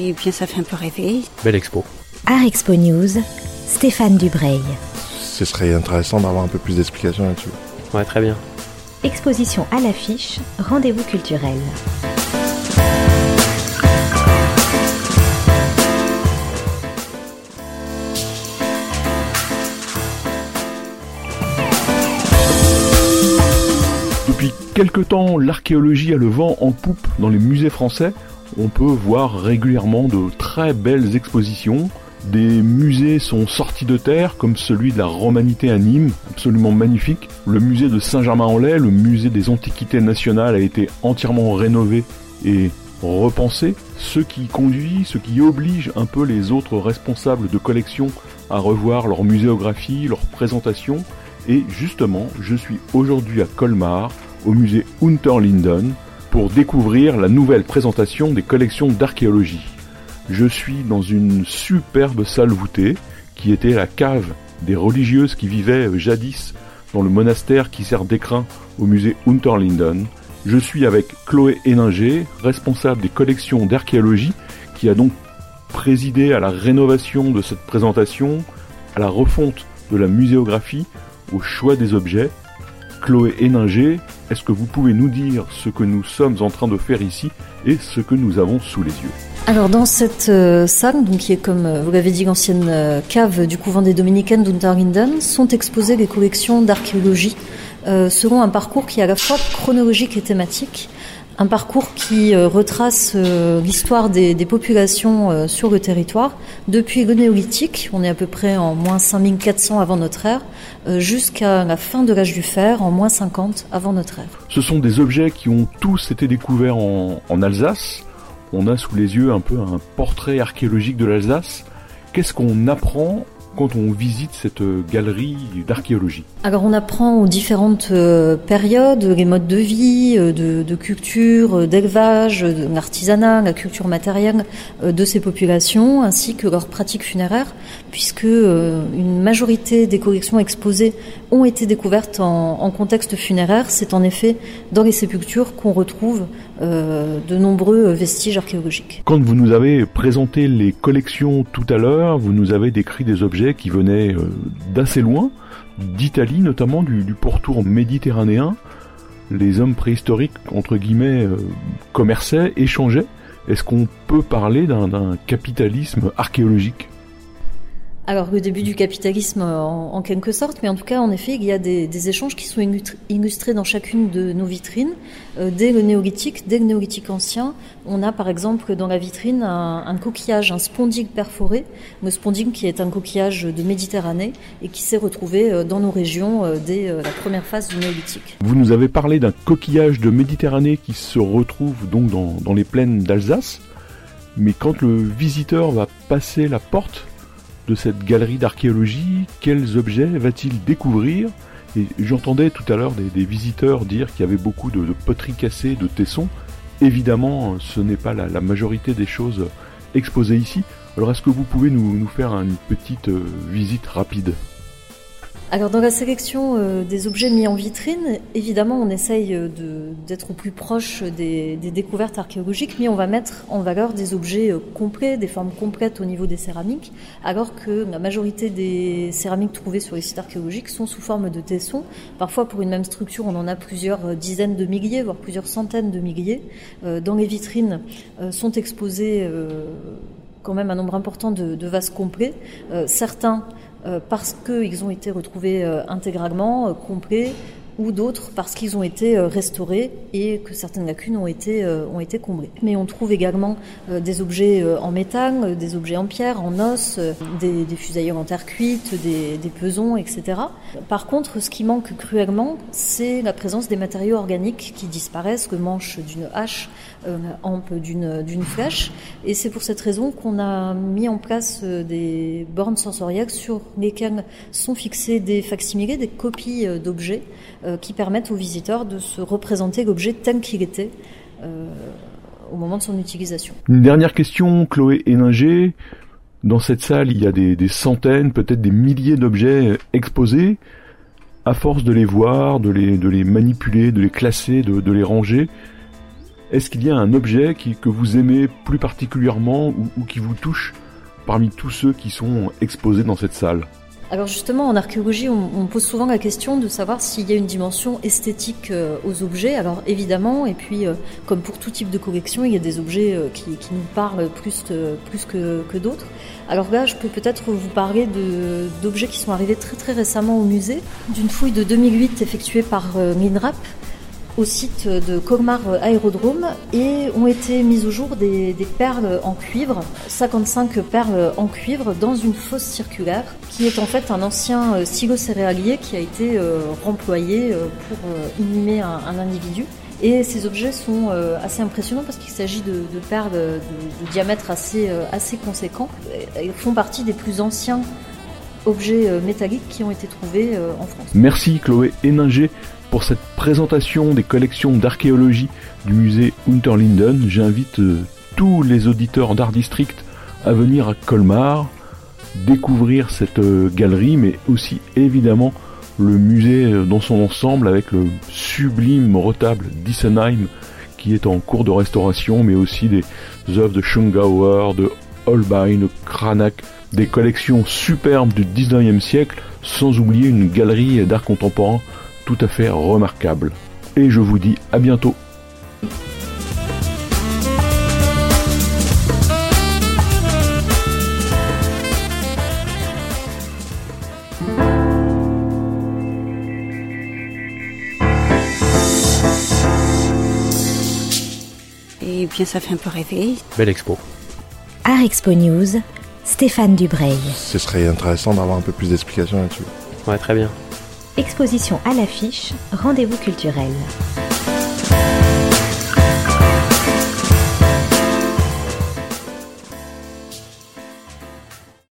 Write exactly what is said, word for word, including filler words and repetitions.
et bien ça fait un peu rêver. Belle expo. Art Expo News, Stéphane Dubreuil. Ce serait intéressant d'avoir un peu plus d'explications là-dessus. Ouais, très bien. Exposition à l'affiche, rendez-vous culturel. Depuis quelque temps, l'archéologie a le vent en poupe dans les musées français. On peut voir régulièrement de très belles expositions. Des musées sont sortis de terre, comme celui de la Romanité à Nîmes, absolument magnifique. Le musée de Saint-Germain-en-Laye, le musée des Antiquités nationales, a été entièrement rénové et repensé. Ce qui conduit, ce qui oblige un peu les autres responsables de collection à revoir leur muséographie, leur présentation. Et justement, je suis aujourd'hui à Colmar, au musée Unterlinden, pour découvrir la nouvelle présentation des collections d'archéologie. Je suis dans une superbe salle voûtée, qui était la cave des religieuses qui vivaient jadis dans le monastère qui sert d'écrin au musée Unterlinden. Je suis avec Chloé Héninger, responsable des collections d'archéologie, qui a donc présidé à la rénovation de cette présentation, à la refonte de la muséographie, au choix des objets. Chloé Héninger, est-ce que vous pouvez nous dire ce que nous sommes en train de faire ici et ce que nous avons sous les yeux ? Alors dans cette euh, salle, donc, qui est comme euh, vous l'avez dit l'ancienne euh, cave du couvent des Dominicaines d'Unterlinden, sont exposées les collections d'archéologie euh, selon un parcours qui est à la fois chronologique et thématique. Un parcours qui euh, retrace euh, l'histoire des, des populations euh, sur le territoire, depuis le néolithique, on est à peu près en moins cinq mille quatre cents avant notre ère, euh, jusqu'à la fin de l'âge du fer, en moins cinquante avant notre ère. Ce sont des objets qui ont tous été découverts en, en Alsace. On a sous les yeux un peu un portrait archéologique de l'Alsace. Qu'est-ce qu'on apprend quand on visite cette galerie d'archéologie? Alors on apprend aux différentes euh, périodes, les modes de vie, euh, de, de culture, euh, d'élevage, de l'artisanat, la culture matérielle euh, de ces populations, ainsi que leurs pratiques funéraires, puisque euh, une majorité des collections exposées ont été découvertes en, en contexte funéraire. C'est en effet dans les sépultures qu'on retrouve euh, de nombreux vestiges archéologiques. Quand vous nous avez présenté les collections tout à l'heure, vous nous avez décrit des objets qui venaient euh, d'assez loin, d'Italie notamment, du, du pourtour méditerranéen. Les hommes préhistoriques, entre guillemets, euh, commerçaient, échangeaient. Est-ce qu'on peut parler d'un, d'un capitalisme archéologique ? Alors le début du capitalisme en, en quelque sorte, mais en tout cas en effet il y a des, des échanges qui sont illustrés dans chacune de nos vitrines. Euh, dès le néolithique, dès le néolithique ancien, on a par exemple dans la vitrine un, un coquillage, un spondyle perforé, le spondyle qui est un coquillage de Méditerranée et qui s'est retrouvé dans nos régions euh, dès euh, la première phase du néolithique. Vous nous avez parlé d'un coquillage de Méditerranée qui se retrouve donc dans, dans les plaines d'Alsace, mais quand le visiteur va passer la porte de cette galerie d'archéologie, quels objets va-t-il découvrir ? Et j'entendais tout à l'heure des, des visiteurs dire qu'il y avait beaucoup de, de poteries cassées, de tessons. Évidemment, ce n'est pas la, la majorité des choses exposées ici. Alors est-ce que vous pouvez nous, nous faire une petite euh, visite rapide ? Alors dans la sélection euh, des objets mis en vitrine, évidemment on essaye de, d'être au plus proche des, des découvertes archéologiques, mais on va mettre en valeur des objets euh, complets, des formes complètes au niveau des céramiques, alors que la majorité des céramiques trouvées sur les sites archéologiques sont sous forme de tessons. Parfois pour une même structure on en a plusieurs dizaines de milliers, voire plusieurs centaines de milliers. Euh, dans les vitrines euh, sont exposés euh, quand même un nombre important de, de vases complets. Euh, certains Euh, parce qu'ils ont été retrouvés euh, intégralement, euh, complets, ou d'autres parce qu'ils ont été euh, restaurés et que certaines lacunes ont été, euh, ont été comblées. Mais on trouve également euh, des objets euh, en métal, euh, des objets en pierre, en os, euh, des, des fuseliers en terre cuite, des, des pesons, et cetera. Par contre, ce qui manque cruellement, c'est la présence des matériaux organiques qui disparaissent, le manche d'une hache, euh, la hampe d'une, d'une flèche. Et c'est pour cette raison qu'on a mis en place euh, des bornes sensorielles sur lesquelles sont fixés des facsimilés, des copies euh, d'objets, qui permettent aux visiteurs de se représenter l'objet tel qu'il était euh, au moment de son utilisation. Une dernière question, Chloé Héninger. Dans cette salle, il y a des, des centaines, peut-être des milliers d'objets exposés. À force de les voir, de les, de les manipuler, de les classer, de, de les ranger, Est-ce qu'il y a un objet qui, que vous aimez plus particulièrement ou, ou qui vous touche parmi tous ceux qui sont exposés dans cette salle ? Alors justement, en archéologie, on, on pose souvent la question de savoir s'il y a une dimension esthétique euh, aux objets. Alors évidemment, et puis euh, comme pour tout type de collection, il y a des objets euh, qui, qui nous parlent plus, de, plus que, que d'autres. Alors là, je peux peut-être vous parler de, d'objets qui sont arrivés très très récemment au musée, d'une fouille de deux mille huit effectuée par euh, l'INRAP au site de Colmar Aérodrome, et ont été mises au jour des, des perles en cuivre, cinquante-cinq perles en cuivre dans une fosse circulaire qui est en fait un ancien silo céréalier qui a été euh, remployé euh, pour euh, inhumer un, un individu. Et ces objets sont euh, assez impressionnants parce qu'il s'agit de, de perles de, de diamètre assez, euh, assez conséquent. Ils font partie des plus anciens objets euh, métalliques qui ont été trouvés euh, en France. Merci Chloé Héninger pour cette présentation des collections d'archéologie du musée Unterlinden. J'invite euh, tous les auditeurs d'Art District à venir à Colmar, découvrir cette euh, galerie, mais aussi évidemment le musée euh, dans son ensemble avec le sublime retable d'Issenheim qui est en cours de restauration, mais aussi des œuvres de Schongauer, de Holbein, de Cranach, des collections superbes du dix-neuvième siècle, sans oublier une galerie d'art contemporain tout à fait remarquable. Et je vous dis à bientôt. Et bien ça fait un peu rêver. Belle expo. Art Expo News, Stéphane Dubreuil. Ce serait intéressant d'avoir un peu plus d'explications là-dessus. Ouais, très bien. Exposition à l'affiche, rendez-vous culturel.